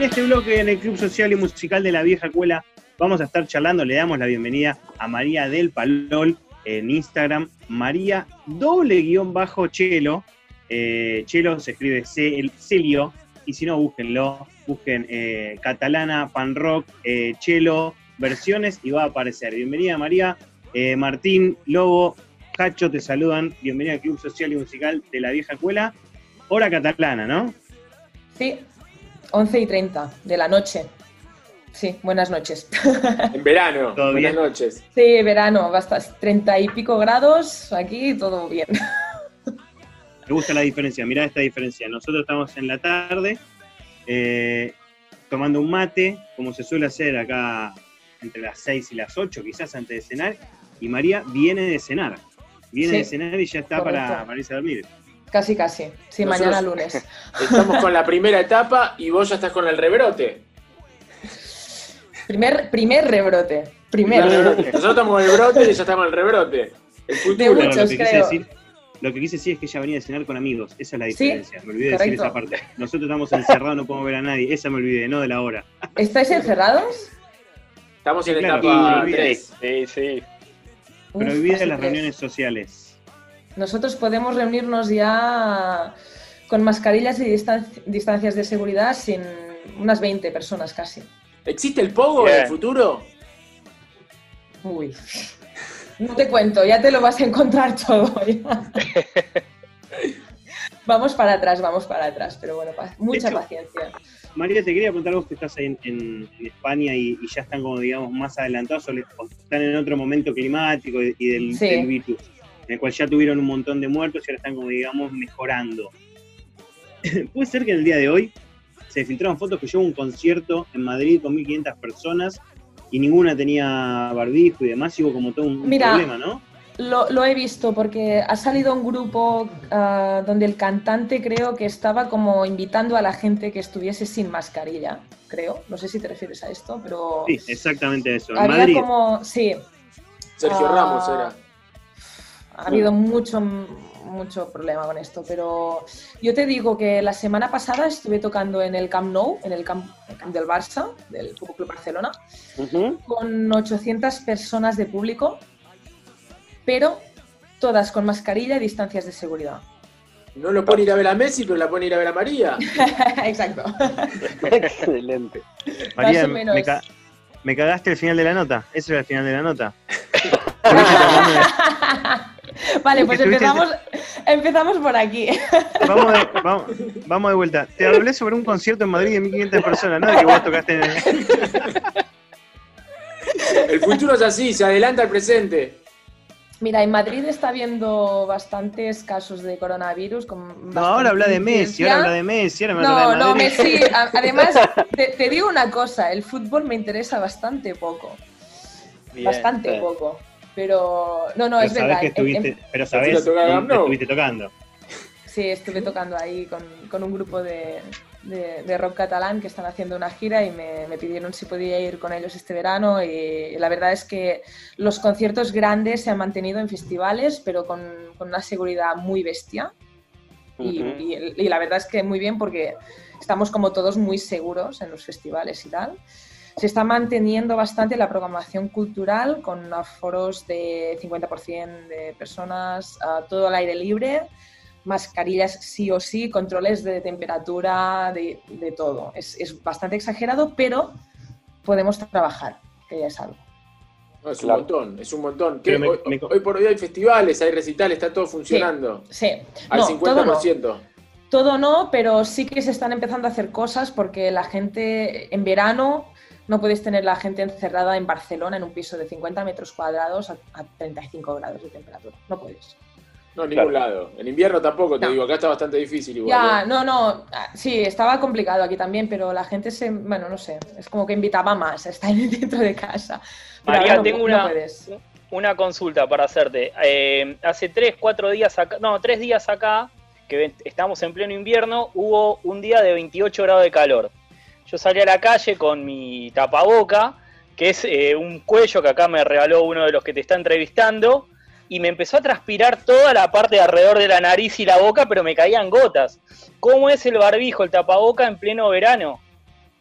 este bloque, en el Club Social y Musical de la Vieja Escuela, vamos a estar charlando, le damos la bienvenida a María del Palol en Instagram, María _Chelo. Chelo se escribe Celio, y si no, busquen catalana, pan rock, Chelo, versiones, y va a aparecer. Bienvenida, María. Martín, Lobo, Cacho, te saludan. Bienvenida al Club Social y Musical de la Vieja Escuela. Hora catalana, ¿no? Sí, 11:30 de la noche. Sí, buenas noches. En verano, ¿Todo buenas bien? noches. Sí, verano, basta, 30 y pico grados, aquí todo bien. Me gusta la diferencia, mirá esta diferencia. Nosotros estamos en la tarde tomando un mate, como se suele hacer acá entre las 6 y las 8, quizás antes de cenar, y María viene de cenar. Viene Sí, de cenar y ya está para irse a dormir. Casi. Sí, Nosotros mañana lunes. Estamos con la primera etapa y vos ya estás con el rebrote. Primer rebrote. Nosotros estamos con el brote y ya estamos con el rebrote. El futuro. De muchos, Lo que quise decir es que ella venía de cenar con amigos. Esa es la Sí, diferencia. Me olvidé de decir esa parte. Nosotros estamos encerrados, no podemos ver a nadie. Esa me olvidé, no de la hora. ¿Estáis encerrados? Estamos en Claro, etapa y- 3. Sí. Prohibidas Fase las 3. reuniones sociales. Nosotros podemos reunirnos ya con mascarillas y distancias de seguridad sin unas 20 personas casi. ¿Existe el pogo Bien. en el futuro? Uy, no te cuento, ya te lo vas a encontrar todo. Ya. Vamos para atrás, pero bueno, mucha hecho, paciencia. María, te quería preguntar, vos que estás ahí en España y ya están como, digamos, más adelantados, o están en otro momento climático y del virus, en el cual ya tuvieron un montón de muertos y ahora están como, digamos, mejorando. ¿Puede ser que en el día de hoy se filtraron fotos que yo hubo un concierto en Madrid con 1.500 personas y ninguna tenía barbijo y demás, y hubo como todo un problema, ¿no? Lo he visto porque ha salido un grupo donde el cantante creo que estaba como invitando a la gente que estuviese sin mascarilla, creo. No sé si te refieres a esto, pero... Sí, exactamente eso. En había Madrid. como... Sí. Sergio Ramos era. Ha habido mucho problema con esto, pero yo te digo que la semana pasada estuve tocando en el Camp Nou, en el camp del Barça, del Fútbol Club Barcelona, con 800 personas de público, pero todas con mascarilla y distancias de seguridad. No lo pueden ir a ver a Messi, pero la pueden ir a ver a María. Exacto. Excelente. María, Más o menos. me cagaste el final de la nota. Eso era el final de la nota. Vale, pues empezamos por aquí. Vamos de vuelta. Te hablé sobre un concierto en Madrid de 1.500 personas, ¿no? De que vos tocaste en El futuro es así, se adelanta al presente. Mira, en Madrid está habiendo bastantes casos de coronavirus. No, ahora habla de Messi, ahora me habla de Madrid. Messi. Además, te digo una cosa, el fútbol me interesa bastante poco. Bien, bastante poco. Pero, no, es verdad. Pero sabés que estuviste tocando. Sí, estuve tocando ahí con un grupo de rock catalán que están haciendo una gira y me pidieron si podía ir con ellos este verano, y la verdad es que los conciertos grandes se han mantenido en festivales, pero con una seguridad muy bestia. Y la verdad es que muy bien, porque estamos como todos muy seguros en los festivales y tal. Se está manteniendo bastante la programación cultural con aforos de 50% de personas, todo al aire libre, mascarillas sí o sí, controles de temperatura, de todo. Es bastante exagerado, pero podemos trabajar, que ya es algo. No, es un montón. Pero hoy por hoy hay festivales, hay recitales, está todo funcionando. Sí. Al 50%. Todo no, pero sí que se están empezando a hacer cosas, porque la gente en verano no puedes tener la gente encerrada en Barcelona en un piso de 50 metros cuadrados a 35 grados de temperatura. No puedes. No, en ningún lado. En invierno tampoco, te digo, acá está bastante difícil igual. Ya, no. Sí, estaba complicado aquí también, pero la gente bueno, no sé, es como que invitaba más a estar dentro de casa. Pero María, no, tengo una consulta para hacerte. Hace 3 días acá, que estamos en pleno invierno, hubo un día de 28 grados de calor. Yo salí a la calle con mi tapaboca, que es un cuello que acá me regaló uno de los que te está entrevistando, y me empezó a transpirar toda la parte de alrededor de la nariz y la boca, pero me caían gotas. ¿Cómo es el barbijo, el tapaboca en pleno verano?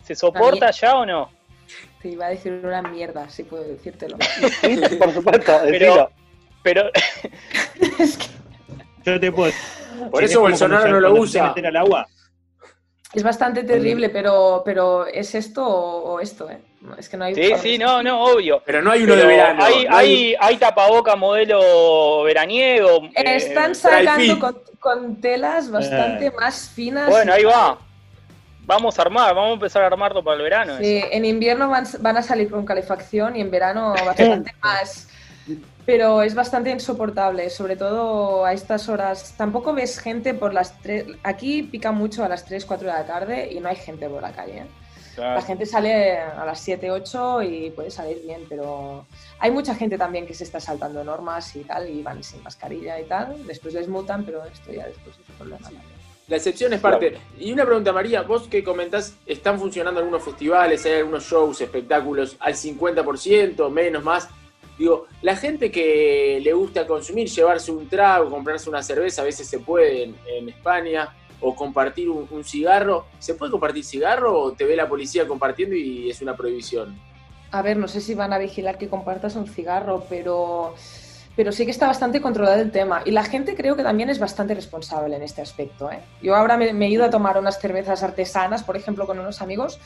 ¿Se soporta ya o no? Te iba a decir una mierda, si puedo decírtelo. Sí, por supuesto, Pero Es que Yo te puedo. Por si eso es como Bolsonaro no lo cuando usa. te meter al agua. es bastante terrible, pero ¿es esto o esto? Es que no hay... sí, no, obvio. Pero no hay uno Pero de verano. hay tapaboca modelo veraniego. Están dry sacando fit. con telas bastante más finas. Bueno, ahí va. Vamos a empezar a armarlo para el verano. Sí, eso. en invierno van a salir con calefacción y en verano bastante más. Pero es bastante insoportable, sobre todo a estas horas. Tampoco ves gente por las 3... Aquí pica mucho a las 3, 4 de la tarde y no hay gente por la calle. Claro. La gente sale a las 7, 8 y puede salir bien, pero hay mucha gente también que se está saltando normas y tal, y van sin mascarilla y tal. Después les multan, pero esto ya después es un problema. La excepción es parte. Y una pregunta, María, vos que comentás, ¿están funcionando algunos festivales, hay algunos shows, espectáculos al 50%, menos, más? Digo, la gente que le gusta consumir, llevarse un trago, comprarse una cerveza, a veces se puede en España, o compartir un cigarro. ¿Se puede compartir cigarro o te ve la policía compartiendo y es una prohibición? A ver, no sé si van a vigilar que compartas un cigarro, pero sí que está bastante controlado el tema. Y la gente creo que también es bastante responsable en este aspecto, ¿eh? Yo ahora me he ido a tomar unas cervezas artesanas, por ejemplo, con unos amigos,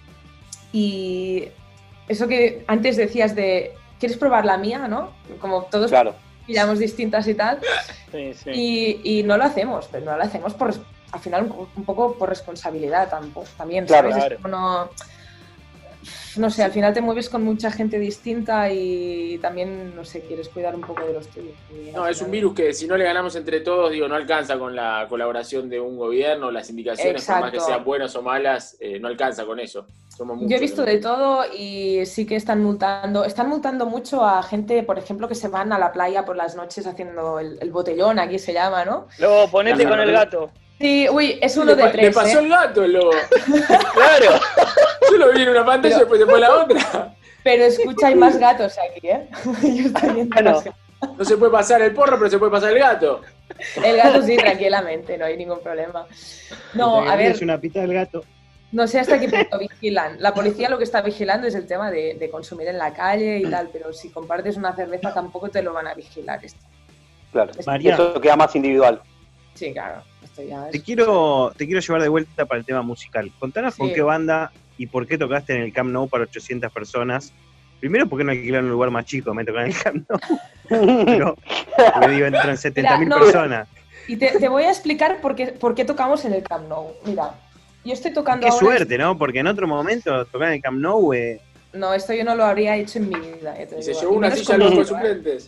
y eso que antes decías de, ¿quieres probar la mía, no? Como todos pillamos distintas y tal. Sí. Y no lo hacemos, pero no lo hacemos al final un poco por responsabilidad también, ¿sabes? Claro. Es como no sé, al final te mueves con mucha gente distinta y también, no sé, quieres cuidar un poco de los tuyos. No, es un virus que si no le ganamos entre todos, digo, no alcanza con la colaboración de un gobierno, las indicaciones, Exacto. por más que sean buenas o malas, no alcanza con eso. Somos muchos. Yo he visto de todo y sí que están multando mucho a gente, por ejemplo, que se van a la playa por las noches haciendo el botellón, aquí se llama, ¿no? Luego ponete con el gato. Sí, uy, es uno de 3. Le pasó el gato, el lobo. Claro. Yo lo vi en una pantalla y después se fue la otra. Pero escucha, hay más gatos aquí, ¿eh? Yo estoy viendo más gatos. No se puede pasar el porro, pero se puede pasar el gato. El gato sí, tranquilamente, no hay ningún problema. No, a ver, Es una pita del gato. no sé hasta qué punto vigilan. La policía lo que está vigilando es el tema de consumir en la calle y tal, pero si compartes una cerveza tampoco te lo van a vigilar esto. Claro, María. eso queda más individual. Sí, claro. Esto ya Te es... quiero llevar de vuelta para el tema musical. Contanos con Sí. qué banda y por qué tocaste en el Camp Nou para 800 personas. Primero, ¿por qué no alquilaron un lugar más chico? Me tocan en el Camp Nou. Pero, porque digo, entran 70.000 Mira, no. personas. Y te voy a explicar por qué tocamos en el Camp Nou. Mira, yo estoy tocando Qué ahora... suerte, ¿no? Porque en otro momento tocar en el Camp Nou... No, esto yo no lo habría hecho en mi vida. Ya te Y se digo. llevó Y una menos silla a con los un suplentes.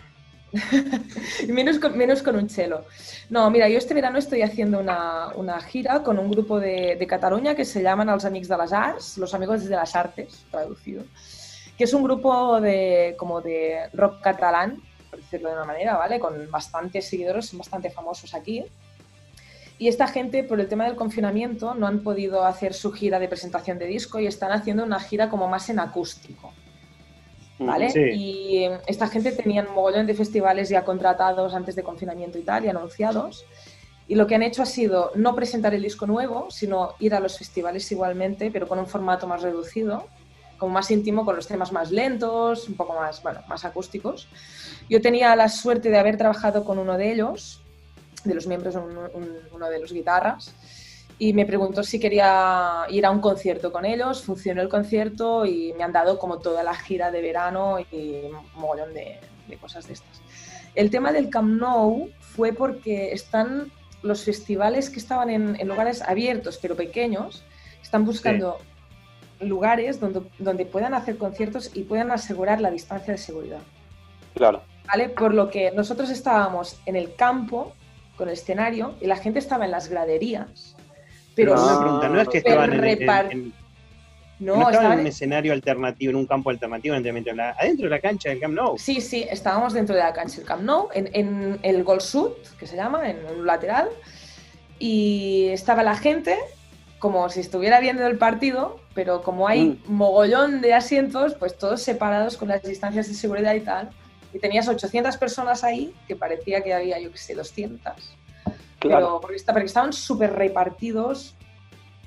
Y menos con un cello. No, mira, yo este verano estoy haciendo una gira con un grupo de Cataluña que se llaman Els Amics de les Arts, los amigos de las artes, traducido, que es un grupo como de rock catalán, por decirlo de una manera, ¿vale? Con bastantes seguidores, son bastante famosos aquí. Y esta gente, por el tema del confinamiento, no han podido hacer su gira de presentación de disco y están haciendo una gira como más en acústico. ¿Vale? Sí. Y esta gente tenían un mogollón de festivales ya contratados antes de confinamiento y tal, y anunciados. Y lo que han hecho ha sido no presentar el disco nuevo, sino ir a los festivales igualmente, pero con un formato más reducido, como más íntimo, con los temas más lentos, un poco más, bueno, más acústicos. Yo tenía la suerte de haber trabajado con uno de ellos, de los miembros, uno de los guitarras, y me preguntó si quería ir a un concierto con ellos. Funcionó el concierto y me han dado como toda la gira de verano y un mogollón de cosas de estas. El tema del Camp Nou fue porque están los festivales que estaban en lugares abiertos pero pequeños, están buscando lugares donde puedan hacer conciertos y puedan asegurar la distancia de seguridad. Claro. ¿Vale? Por lo que nosotros estábamos en el campo con el escenario y la gente estaba en las graderías. Pero Una pregunta, ¿no es que estaban no estaban estaban en un escenario alternativo, en un campo alternativo, adentro de la cancha del Camp Nou? Sí, estábamos dentro de la cancha del Camp Nou, en el Gol Sud, que se llama, en un lateral, y estaba la gente como si estuviera viendo el partido, pero como hay mogollón de asientos, pues todos separados con las distancias de seguridad y tal, y tenías 800 personas ahí, que parecía que había, yo qué sé, 200. Claro. Pero porque estaban súper repartidos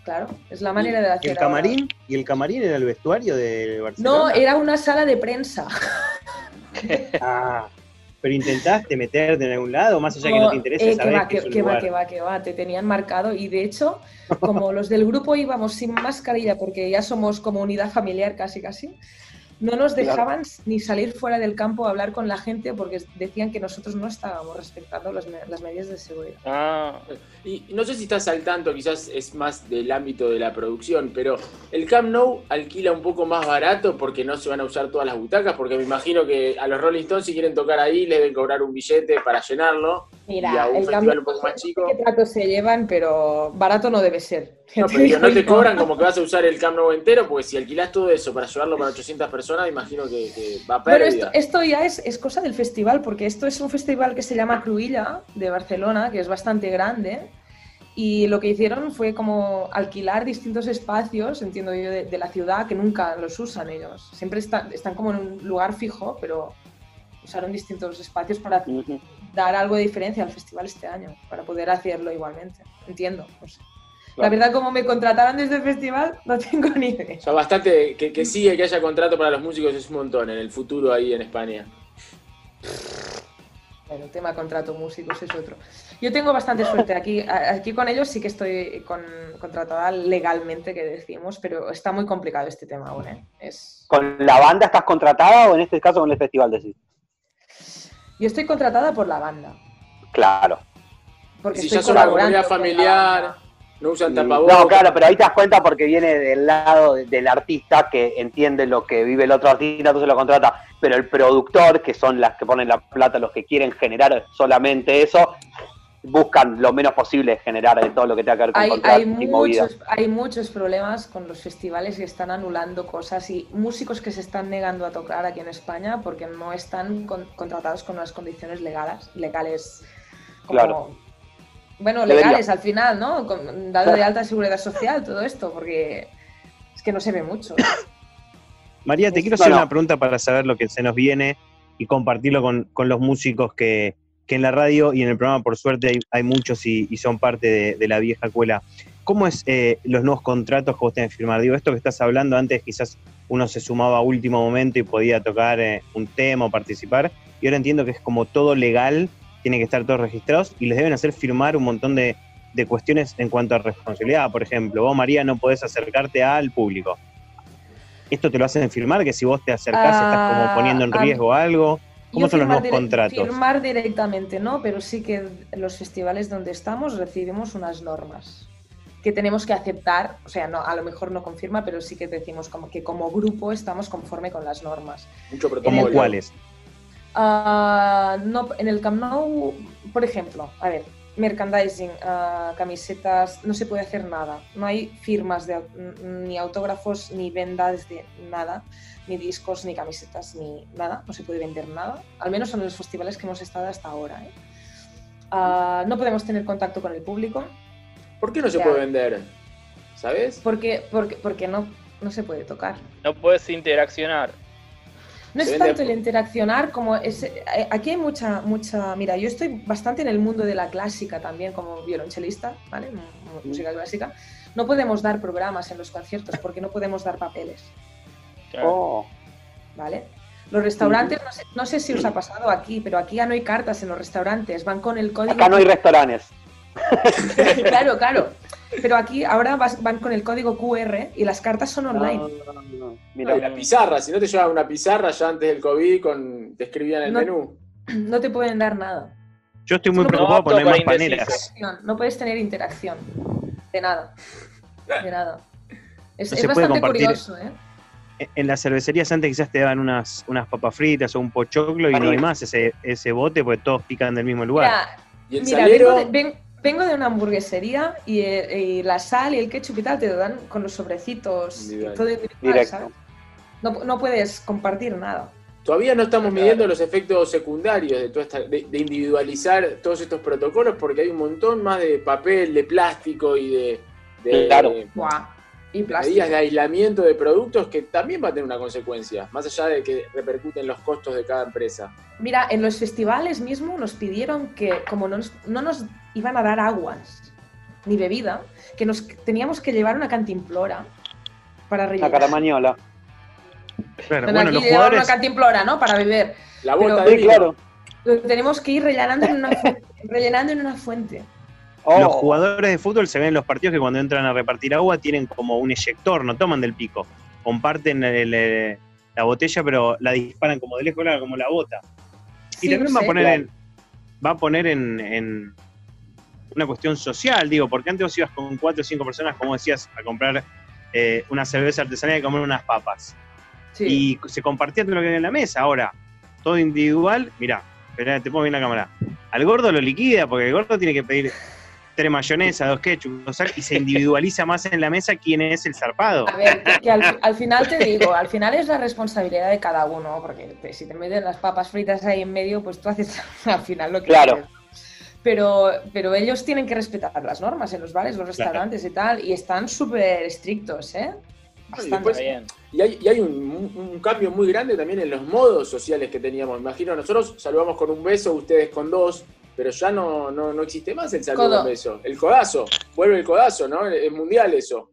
Claro, es la manera de ¿Y hacer el camarín? ¿Y el camarín era el vestuario de Barcelona? No, era una sala de prensa. Ah, pero intentaste meterte en algún lado, más allá que no te interese, sabes que es un lugar. Que va, te tenían marcado y de hecho, como los del grupo íbamos sin mascarilla porque ya somos como unidad familiar casi, no nos dejaban ni salir fuera del campo a hablar con la gente porque decían que nosotros no estábamos respetando las medidas de seguridad. Ah, Y no sé si estás al tanto, quizás es más del ámbito de la producción, pero el Camp Nou alquila un poco más barato porque no se van a usar todas las butacas, porque me imagino que a los Rolling Stones si quieren tocar ahí les deben cobrar un billete para llenarlo. Mira, y a un el festival cambio un poco más chico. qué tratos se llevan, pero barato no debe ser. No, pero digo, no te cobran como que vas a usar el Camp Nou entero, porque si alquilás todo eso para llevarlo para 800 personas, me imagino que va a pérdida. Bueno, esto ya es cosa del festival, porque esto es un festival que se llama Cruïlla, de Barcelona, que es bastante grande, y lo que hicieron fue como alquilar distintos espacios, entiendo yo, de la ciudad, que nunca los usan ellos. Siempre están como en un lugar fijo, pero usaron distintos espacios para dar algo de diferencia al festival este año, para poder hacerlo igualmente. Entiendo, no sé. La verdad, como me contrataron desde el festival, no tengo ni idea. O sea, bastante que sigue que haya contrato para los músicos es un montón en el futuro ahí en España. Bueno, el tema contrato músicos es otro. Yo tengo bastante suerte. Aquí con ellos sí que estoy contratada legalmente, que decimos, pero está muy complicado este tema ahora, ¿eh? ¿Con la banda estás contratada o en este caso con el festival decís? Yo estoy contratada por la banda. Claro. Porque Si estoy ya son una colaborando comunidad con la familiar, banda. no usan tapabocas. No, claro, pero ahí te das cuenta porque viene del lado del artista que entiende lo que vive el otro artista, entonces lo contrata. Pero el productor, que son las que ponen la plata, los que quieren generar solamente eso, buscan lo menos posible generar de todo lo que tenga que ver con contratos y movidas. Hay muchos problemas con los festivales que están anulando cosas y músicos que se están negando a tocar aquí en España porque no están contratados con unas condiciones legales como, Claro. bueno, legales al final, ¿no? Dado de alta seguridad social, todo esto, porque es que no se ve mucho. María, te quiero hacer una pregunta para saber lo que se nos viene y compartirlo con los músicos que en la radio y en el programa, por suerte, hay muchos y son parte de la vieja escuela. ¿Cómo es los nuevos contratos que vos tenés que firmar? Digo, esto que estás hablando, antes quizás uno se sumaba a último momento y podía tocar un tema o participar, y ahora entiendo que es como todo legal, tiene que estar todos registrados y les deben hacer firmar un montón de cuestiones en cuanto a responsabilidad. Por ejemplo, vos, María, no podés acercarte al público. ¿Esto te lo hacen firmar? Que si vos te acercás estás como poniendo en riesgo algo. ¿Cómo son los nuevos contratos? Firmar directamente no, pero sí que los festivales donde estamos recibimos unas normas que tenemos que aceptar, o sea, no, a lo mejor no confirma, pero sí que decimos como que como grupo estamos conforme con las normas. Mucho protocolo. ¿Cómo cuáles? No, en el Camp Nou, por ejemplo, a ver, merchandising, camisetas, no se puede hacer nada. No hay firmas ni autógrafos, ni vendas de nada, ni discos, ni camisetas, ni nada. No se puede vender nada, al menos en los festivales que hemos estado hasta ahora, ¿eh? No podemos tener contacto con el público. ¿Por qué no se puede vender? ¿Sabes? Porque no se puede tocar. No puedes interaccionar. No es tanto el interaccionar como aquí hay mucha. Mira, yo estoy bastante en el mundo de la clásica también como violonchelista, ¿vale? Música clásica. No podemos dar programas en los conciertos porque no podemos dar papeles. Claro. ¿Vale? Los restaurantes, no sé si os ha pasado aquí, pero aquí ya no hay cartas en los restaurantes, van con el código. Acá no hay restaurantes. Claro. Pero aquí ahora van con el código QR y las cartas son online. Mira, y la pizarra, si no te llevaban una pizarra ya antes del COVID, te escribían el menú. No te pueden dar nada. Yo estoy muy preocupado por no hay más panelas. No puedes tener interacción. De nada. Es se puede bastante compartir. Curioso, ¿eh? En las cervecerías antes quizás te daban unas papas fritas o un pochoclo y no hay más ese bote porque todos pican del mismo lugar. ¿Y el salero? Vengo de una hamburguesería y la sal y el ketchup y tal te lo dan con los sobrecitos y todo individual, ¿sabes? No puedes compartir nada. Todavía no estamos midiendo los efectos secundarios de toda de individualizar todos estos protocolos porque hay un montón más de papel, de plástico y Y medidas de aislamiento de productos que también va a tener una consecuencia, más allá de que repercuten los costos de cada empresa. Mira, en los festivales mismo nos pidieron que, como no nos iban a dar aguas, ni bebida, que nos teníamos que llevar una cantimplora para Una rellenar. caramañola. Claro, Bueno, bueno, aquí los llevamos jugadores, una cantimplora, ¿no? Para beber. La bota Pero- de Sí, vino. claro. Lo tenemos que ir rellenando en una fuente. rellenando en una fuente. Oh, los jugadores de fútbol se ven en los partidos que cuando entran a repartir agua tienen como un eyector, no toman del pico. Comparten la botella, pero la disparan como de lejos, claro, como la bota. Y Sí, también no va a sé. poner en una cuestión social, digo, porque antes vos ibas con 4 o 5 personas, como decías, a comprar una cerveza artesanal y a comer unas papas. Sí. Y se compartía todo lo que había en la mesa. Ahora, todo individual, mirá, esperá, te pongo bien la cámara. Al gordo lo liquida, porque el gordo tiene que pedir 3 mayonesa, 2 ketchup, 2 sal, y se individualiza más en la mesa quién es el zarpado. A ver, que al final te digo, al final es la responsabilidad de cada uno, porque si te meten las papas fritas ahí en medio, pues tú haces al final lo que Claro. quieres. Pero ellos tienen que respetar las normas en los bares, los restaurantes y tal, y están súper estrictos, ¿eh? Y Bastante. después- Está bien. Y hay un cambio muy grande también en los modos sociales que teníamos. Imagino, nosotros saludamos con un beso, ustedes con 2, pero ya no existe más el saludo Codo. con beso. El codazo, vuelve el codazo, ¿no? Es mundial eso.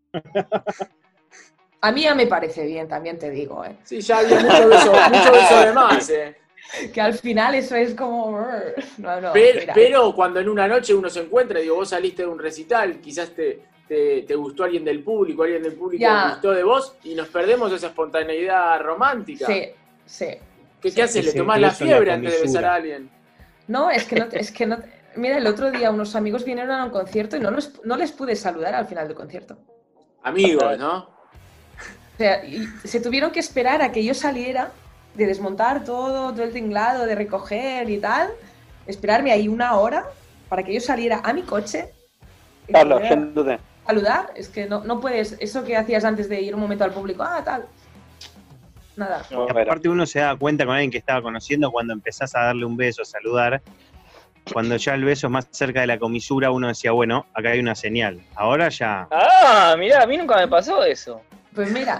A mí ya me parece bien, también te digo, ¿eh? Sí, ya había mucho beso de más, ¿eh? Que al final eso es como... No, mira. Pero cuando en una noche uno se encuentra, digo, vos saliste de un recital, quizás te gustó alguien del público Ya. gustó de vos, y nos perdemos esa espontaneidad romántica. Sí. ¿Qué haces? ¿Le Ese tomás la beso en la fiebre antes de besar comisura. a alguien? No, es que no... Mira, el otro día unos amigos vinieron a un concierto y no les pude saludar al final del concierto. Amigos, ¿no? O sea, y se tuvieron que esperar a que yo saliera de desmontar todo el tinglado, de recoger y tal, esperarme ahí 1 hora para que yo saliera a mi coche y Carlos, poder yéndote. saludar. Es que no puedes, eso que hacías antes de ir un momento al público, tal, nada. No, Y aparte uno se da cuenta con alguien que estaba conociendo cuando empezás a darle un beso, a saludar. Cuando ya el beso es más cerca de la comisura, uno decía, bueno, acá hay una señal. Ahora ya... Ah, mirá, a mí nunca me pasó eso. Pues mira,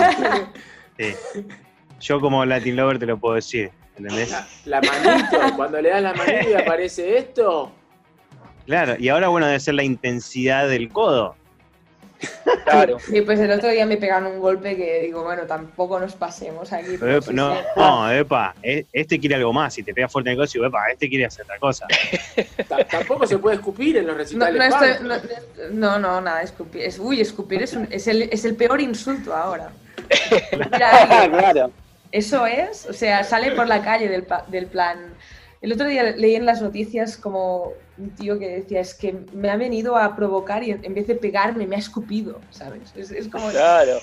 Sí. Yo como Latin Lover te lo puedo decir, ¿entendés? La manito, cuando le das la manito y aparece esto. Claro, y ahora bueno debe ser la intensidad del codo. Claro. y pues el otro día me pegaron un golpe que digo, bueno, tampoco nos pasemos aquí. Pero, sí, no, sí. no, epa, este quiere algo más, si te pega fuerte en el codo, digo, epa, este quiere hacer otra cosa. Tampoco se puede escupir en los No, recitales. punk. nada, escupir. Escupir es el peor insulto ahora. Mira, alguien, Claro. eso es, o sea, sale por la calle del plan. El otro día leí en las noticias como un tío que decía, es que me ha venido a provocar y en vez de pegarme me ha escupido, ¿sabes? Es como... Claro.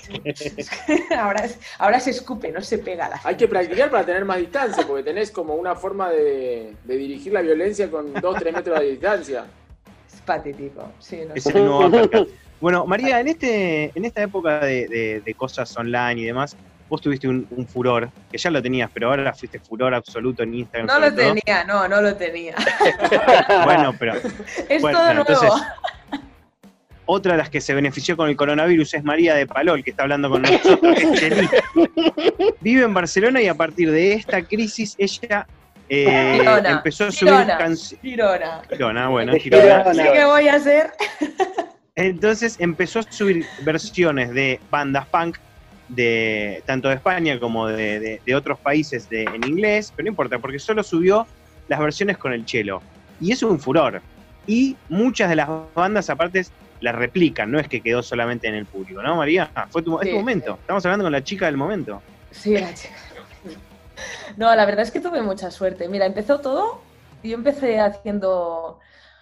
ahora se escupe, no se pega la Hay gente. que practicar para tener más distancia, porque tenés como una forma de dirigir la violencia con 2-3 metros de distancia. Es patético, sí, no Es sé. el nuevo uppercut. Bueno, María, en esta época de cosas online y demás, vos tuviste un furor, que ya lo tenías, pero ahora fuiste furor absoluto en Instagram. No sobre lo todo. tenía, no lo tenía. Bueno, pero Es bueno, todo nuevo. entonces, otra de las que se benefició con el coronavirus es María de Palol, que está hablando con nosotros, que es Cheli. Vive en Barcelona y a partir de esta crisis ella Girona, empezó a subir Girona. canciones. Girona. Girona, bueno, De Girona. Girona. ¿Qué voy a hacer? Entonces empezó a subir versiones de bandas punk de tanto de España como de otros países en inglés, pero no importa, porque solo subió las versiones con el cello. Y eso es un furor. Y muchas de las bandas aparte las replican, no es que quedó solamente en el público, ¿no, María? Es tu Sí, momento. sí. Estamos hablando con la chica del momento. Sí, la chica. No, la verdad es que tuve mucha suerte. Mira, empezó todo, yo empecé haciendo...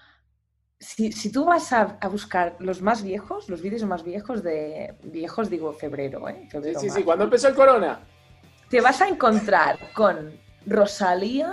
Si tú vas a buscar los más viejos, los vídeos más viejos viejos digo febrero, ¿eh? Sí, Febrero, sí, sí, marzo. cuando empezó el corona. Te vas a encontrar con Rosalía,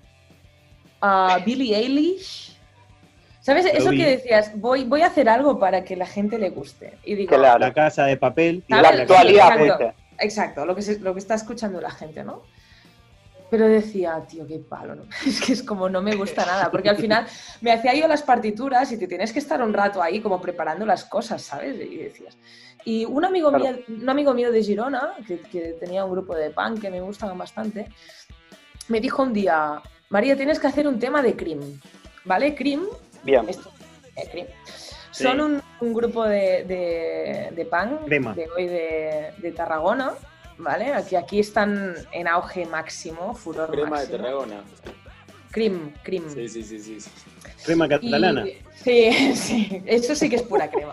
Billie Eilish. ¿Sabes? Eso Uy. que decías, voy a hacer algo para que la gente le guste. Y digo, Claro. La Casa de Papel. La ¿sabes? actualidad, Exacto. ¿viste? Exacto, lo que está escuchando la gente, ¿no? Pero decía, tío, qué palo, ¿no? Es que es como no me gusta nada, porque al final me hacía yo las partituras y te tienes que estar un rato ahí como preparando las cosas, ¿sabes? Y decías. Y un amigo mío de Girona, que tenía un grupo de punk que me gustaban bastante, me dijo un día, María, tienes que hacer un tema de Cream, ¿vale? Cream, Bien. Cream. Son un grupo de punk Crema. de hoy de Tarragona, ¿vale? Aquí están en auge máximo, furor Crema máximo. de Tarragona. Cream. Sí. Crema catalana. Sí, eso sí que es pura crema.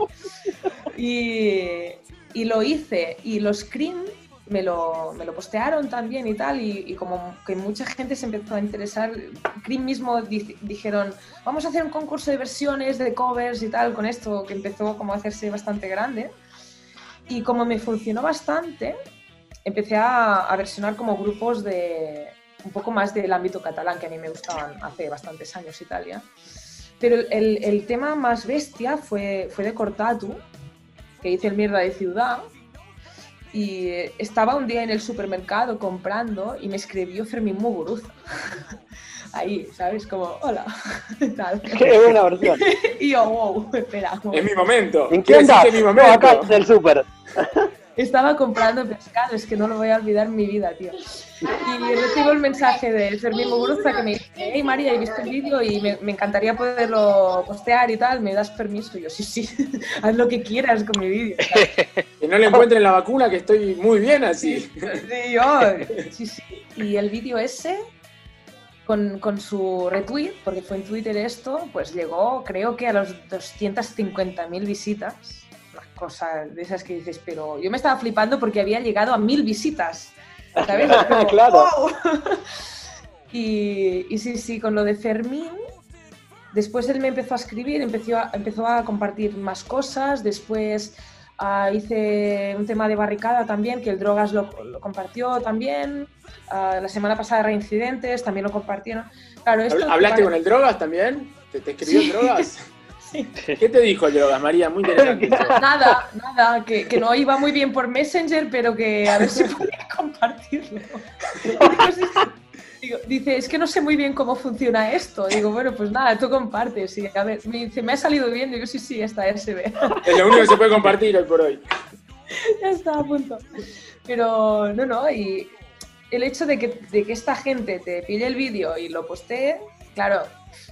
Y lo hice, y los Cream me lo postearon también y tal, y como que mucha gente se empezó a interesar. Cream mismo dijeron, vamos a hacer un concurso de versiones, de covers y tal, con esto, que empezó como a hacerse bastante grande. Y como me funcionó bastante, empecé a versionar como grupos de un poco más del ámbito catalán, que a mí me gustaban hace bastantes años y tal, ya. Pero el tema más bestia fue de Cortatu, que hice el Mierda de Ciudad, y estaba un día en el supermercado comprando y me escribió Fermín Muguruza. Ahí, ¿sabes? Como, hola, tal. Qué buena versión. Y yo, wow, espera. Es mi momento. ¿En qué Quiero decir andas? que es mi No, momento. acá es el súper. Estaba comprando pescado, es que no lo voy a olvidar en mi vida, tío. Y recibo el mensaje de Fermín Muguruza que me dice, hey María, he visto el vídeo y me encantaría poderlo postear y tal, ¿me das permiso? Y yo, sí, haz lo que quieras con mi vídeo. Que no le encuentren la vacuna, que estoy muy bien así. Sí. Y el vídeo ese, con su retweet, porque fue en Twitter esto, pues llegó, creo que a los 250.000 visitas. Unas cosas de esas que dices, pero yo me estaba flipando porque había llegado a 1.000 visitas. ¿Sabes? Como, Claro. ¡wow! Y sí, con lo de Fermín, después él me empezó a escribir, empezó a compartir más cosas, después hice un tema de barricada también, que el Drogas lo compartió también, la semana pasada Reincidentes también lo compartieron. Claro, ¿Hablaste con el Drogas también? ¿Te escribió el Drogas? Sí. ¿Qué te dijo el Drogas, María? Muy interesante. Nada, que no iba muy bien por Messenger, pero que a ver si podía compartirlo. Dice, es que no sé muy bien cómo funciona esto. Digo, bueno, pues nada, tú compartes. Y a ver, me dice, ¿me ha salido bien? Digo, sí, esta SB. Es lo único que se puede compartir hoy por hoy. Ya está, a punto. Pero no, y el hecho de que esta gente te pille el vídeo y lo postee, claro,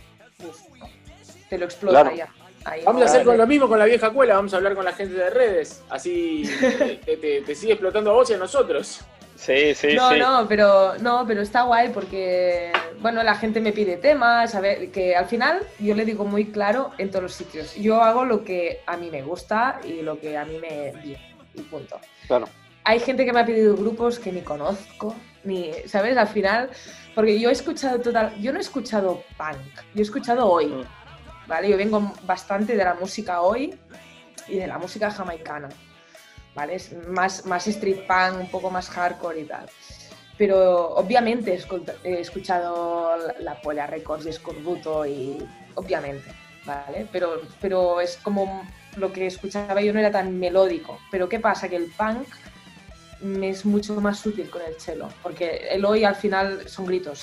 te lo explota. Claro. Ya. Ahí, Vamos a hacer con lo mismo con la vieja escuela, vamos a hablar con la gente de redes, así te sigue explotando a vos y a nosotros. Sí. No, pero está guay porque, bueno, la gente me pide temas, a ver, que al final yo le digo muy claro en todos los sitios. Yo hago lo que a mí me gusta y lo que a mí me viene, y punto. Claro. Hay gente que me ha pedido grupos que ni conozco, ni, ¿sabes? Al final, porque yo he escuchado yo no he escuchado punk, yo he escuchado hoy, ¿vale? Yo vengo bastante de la música hoy y de la música jamaicana, ¿vale? Es más street punk, un poco más hardcore y tal. Pero obviamente he escuchado La Polla Records y Escorbuto y obviamente, ¿vale? Pero es como lo que escuchaba yo no era tan melódico. Pero ¿qué pasa? Que el punk me es mucho más útil con el cello, porque el hoy al final son gritos.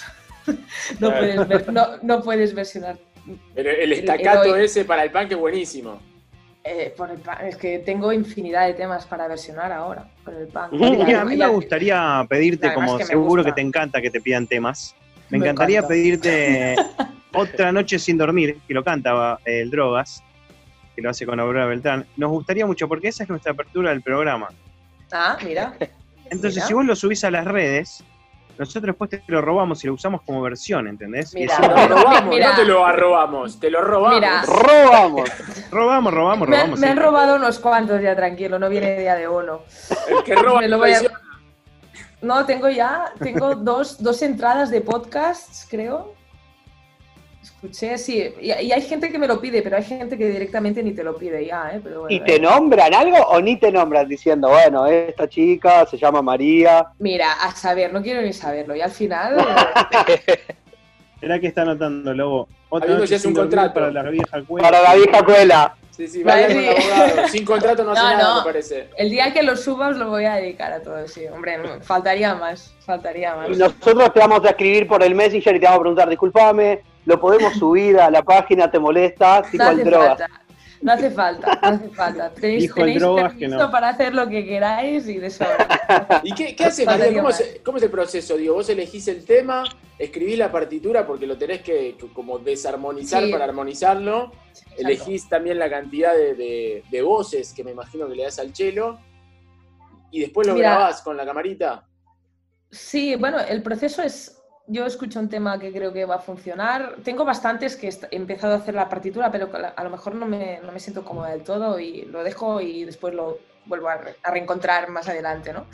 No puedes versionar. Pero el estacato ese para el punk es buenísimo. Es que tengo infinidad de temas para versionar ahora con el punk. Mira, a mí me gustaría pedirte, Además como que me seguro gusta. que te encanta que te pidan temas, me Me encantaría encanta. pedirte Otra Noche Sin Dormir, que lo canta el Drogas, que lo hace con Aurora Beltrán. Nos gustaría mucho, porque esa es nuestra apertura del programa. Ah, mira. Entonces, Mira. si vos lo subís a las redes, nosotros después te lo robamos y lo usamos como versión, ¿entendés? Y Mira, así Te lo robamos, Mira. no te lo arrobamos, te lo robamos. Mira. ¡Robamos! robamos. Me han sí. robado unos cuantos ya, tranquilo, no viene día de uno. El que roba Me lo voy a- traiciona. No, tengo dos entradas de podcasts, creo. Escuché, sí, y hay gente que me lo pide, pero hay gente que directamente ni te lo pide ya, ¿eh? Pero bueno, ¿Y te nombran algo o ni te nombran diciendo, bueno, esta chica se llama María? Mira, a saber, no quiero ni saberlo, y al final... Mirá que está anotando, Lobo. Otra Habiendo Noche ya es Sin un Dormir contrato. para la vieja cueva. Para la vieja escuela. Sí, vaya con el abogado. Sin contrato no hace No, nada, no. me parece. El día que lo suba os lo voy a dedicar a todo, sí. Hombre, faltaría más. Y nosotros te vamos a escribir por el Messenger y te vamos a preguntar, discúlpame, ¿lo podemos subir a la página? ¿Te molesta? Sí, No con hace drogas. falta. No hace falta, no hace falta. Tenéis drogas que permiso no. para hacer lo que queráis y de sobra. ¿Y qué haces, María? ¿Cómo es el proceso? Digo, vos elegís el tema, escribís la partitura porque lo tenés que como desarmonizar Sí. para armonizarlo. Exacto. Elegís también la cantidad de voces que me imagino que le das al cello. Y después lo grabás con la camarita. Sí, bueno, el proceso es... Yo escucho un tema que creo que va a funcionar. Tengo bastantes que he empezado a hacer la partitura, pero a lo mejor no me siento cómoda del todo y lo dejo y después lo vuelvo a reencontrar más adelante, ¿no?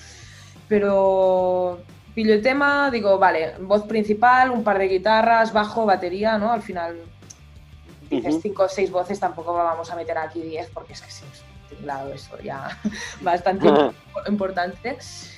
Pero pillo el tema, digo, vale, voz principal, un par de guitarras, bajo, batería, ¿no? Al final dices 5 o 6 voces, tampoco vamos a meter aquí 10 porque es que sí, es un teclado, eso ya bastante importante.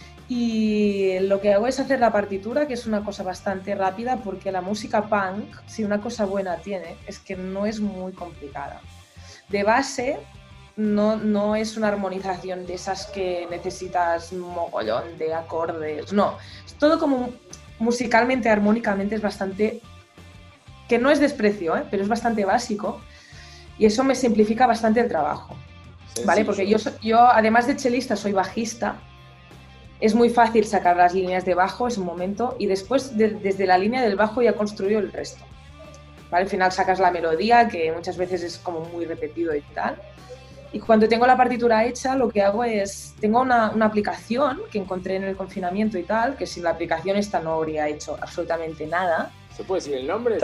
Y lo que hago es hacer la partitura, que es una cosa bastante rápida, porque la música punk, si una cosa buena tiene, es que no es muy complicada. De base, no es una armonización de esas que necesitas un mogollón de acordes, no. Es todo como musicalmente, armónicamente, es bastante... que no es desprecio, pero es bastante básico, y eso me simplifica bastante el trabajo, ¿vale? Porque yo, además de chelista, soy bajista. Es muy fácil sacar las líneas de bajo, es un momento, y después desde la línea del bajo ya construyo el resto. ¿Vale? Al final sacas la melodía, que muchas veces es como muy repetido y tal. Y cuando tengo la partitura hecha, lo que hago es... Tengo una aplicación que encontré en el confinamiento y tal, que sin la aplicación esta no habría hecho absolutamente nada. ¿Se puede decir el nombre?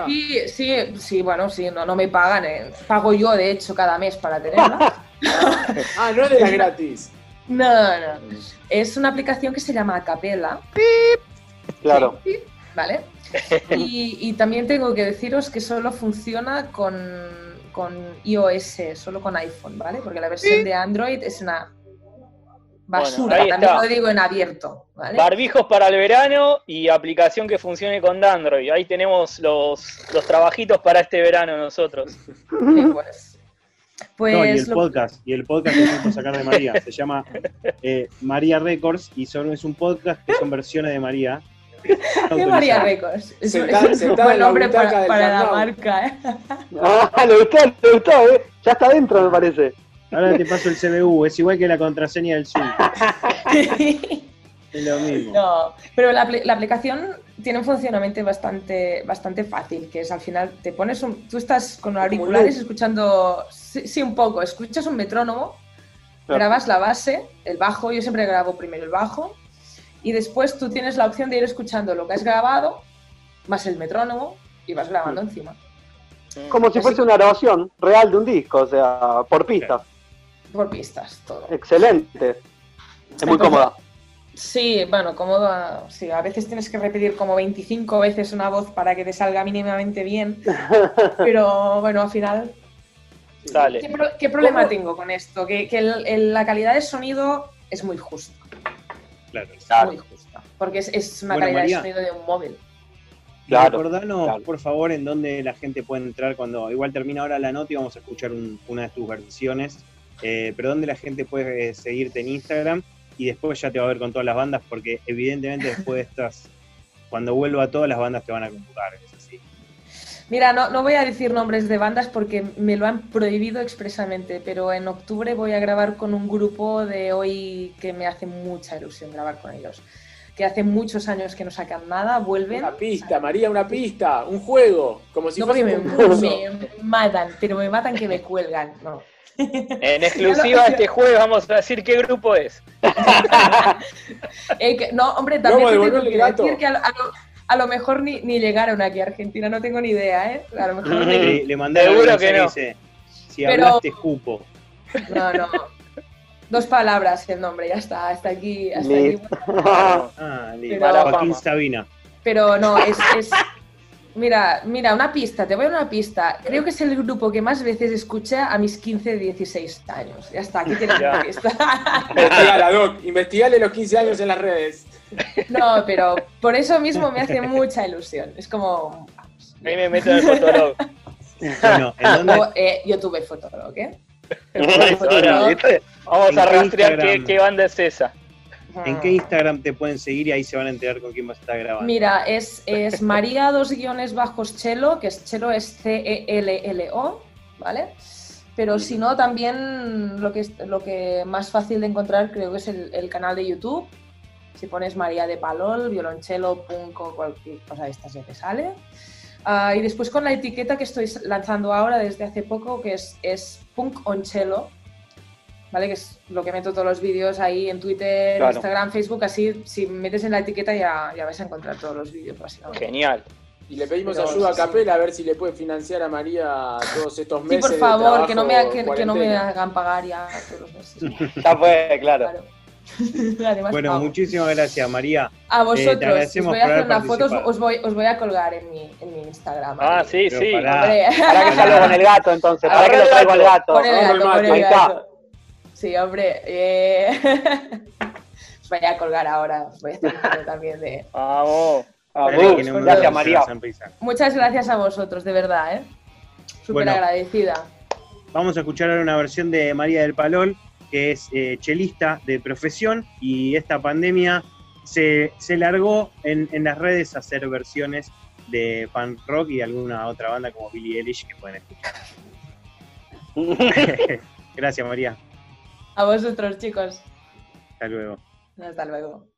Sí, bueno, sí, no me pagan. Pago yo, de hecho, cada mes para tenerla. No es de la gratis. No. Es una aplicación que se llama Acapella. Claro. Sí, ¿vale? Y también tengo que deciros que solo funciona con iOS, solo con iPhone, ¿vale? Porque la versión de Android es una basura, bueno, también está. lo digo en abierto, ¿vale? Barbijos para el verano y aplicación que funcione con Android. Ahí tenemos los trabajitos para este verano nosotros. Sí, pues No, y el podcast que vamos a sacar de María se llama María Records y es un podcast que son versiones de María. ¿Qué María Records? Es un Sentada buen en la nombre butaca del para la Camp Nou. marca, ¿eh? Le gustó, ya está dentro, me parece. Ahora te paso el CBU, es igual que la contraseña del Zoom. Es lo mismo. No, pero la aplicación tiene un funcionamiento bastante fácil, que es al final te pones tú estás con auriculares escuchando, sí, un poco, escuchas un metrónomo, grabas la base, el bajo, yo siempre grabo primero el bajo, y después tú tienes la opción de ir escuchando lo que has grabado, más el metrónomo, y vas grabando encima. Como si fuese una grabación real de un disco, o sea, por pistas. Por pistas, todo. Excelente. Es muy cómoda. Sí, bueno, cómodo, sí, a veces tienes que repetir como 25 veces una voz para que te salga mínimamente bien, pero bueno, al final... Sale. ¿Qué problema tengo con esto? Que la calidad de sonido es muy justa. Claro. Muy justa, porque es una Bueno, calidad María, de sonido de un móvil. Claro, Recordanos, claro. por favor, en dónde la gente puede entrar cuando igual termina ahora la nota y vamos a escuchar una de tus versiones, pero dónde la gente puede seguirte en Instagram y después ya te va a ver con todas las bandas, porque evidentemente después de estas, cuando vuelva a todas las bandas te van a convocar, es así. Mira, no voy a decir nombres de bandas porque me lo han prohibido expresamente, pero en octubre voy a grabar con un grupo de hoy que me hace mucha ilusión grabar con ellos. Que hace muchos años que no sacan nada, vuelven. Una pista, María, una pista, un juego, como si No, fuese porque un concurso. me matan, pero me matan que me cuelgan, no. En exclusiva este jueves vamos a decir qué grupo es. No, hombre, también Vamos a te tengo devolverle que el gato. decir que a lo mejor ni llegaron aquí a Argentina, no tengo ni idea, ¿eh? A lo mejor Le mandaron Seguro un que mensaje no. que dice, si Pero- hablaste escupo. No. 2 palabras el nombre, ya está, hasta aquí. Listo. Listo. Pero- Joaquín Sabina. Pero no, es... Mira, una pista, te voy a dar una pista. Creo que es el grupo que más veces escucha a mis 15, 16 años. Ya está, aquí tienes Ya. una pista. Investigala, Doc, investigale los 15 años en las redes. No, pero por eso mismo me hace mucha ilusión. Es como... Ahí me meto en el Fotolog. Bueno, ¿en dónde? Yo tuve Fotolog, ¿eh? Ahora, vamos ¿En a qué rastrear Instagram? qué banda es esa. ¿En qué Instagram te pueden seguir y ahí se van a enterar con quién vas a estar grabando? Mira, es María _Chelo, que es Chelo es CELLO, ¿vale? Pero si no, también lo que más fácil de encontrar creo que es el canal de YouTube. Si pones María de Palol, violonchelo, punk o cualquier cosa, esta ya te sale. Y después con la etiqueta que estoy lanzando ahora desde hace poco, que es Punk on Cello, ¿vale? Que es lo que meto todos los vídeos ahí en Twitter, Claro. Instagram, Facebook, así si metes en la etiqueta ya vais a encontrar todos los vídeos, básicamente. Genial. Y le pedimos Pero, ayuda a sí. Capela a ver si le puede financiar a María todos estos Sí, meses. por de favor, trabajo que no me cuarentena. hagan pagar ya todos los meses. Ya fue, claro. Claro. Además, Bueno, pago. muchísimas gracias, María. A te vosotros, os agradecemos voy a por hacer haber una foto, participado. os voy a colgar en mi Instagram. Ah, ahí. sí, Pero sí. pará. Hombre. Para que salga con el gato, entonces. Para que lo traigo al gato. Por el Vamos gato, al por mate. el Ahí está. gato. Sí, hombre. Os voy a colgar ahora. Os voy a hacer un foto también de... Vamos. Dale, que no me Gracias, gusta María. la sonrisa. Muchas gracias a vosotros, de verdad, ¿eh? Súper Bueno. agradecida. Vamos a escuchar ahora una versión de María del Palol, que es chelista de profesión, y esta pandemia se largó en las redes a hacer versiones de punk rock y alguna otra banda como Billie Eilish que pueden escuchar. Gracias, María. A vosotros, chicos. Hasta luego. Hasta luego.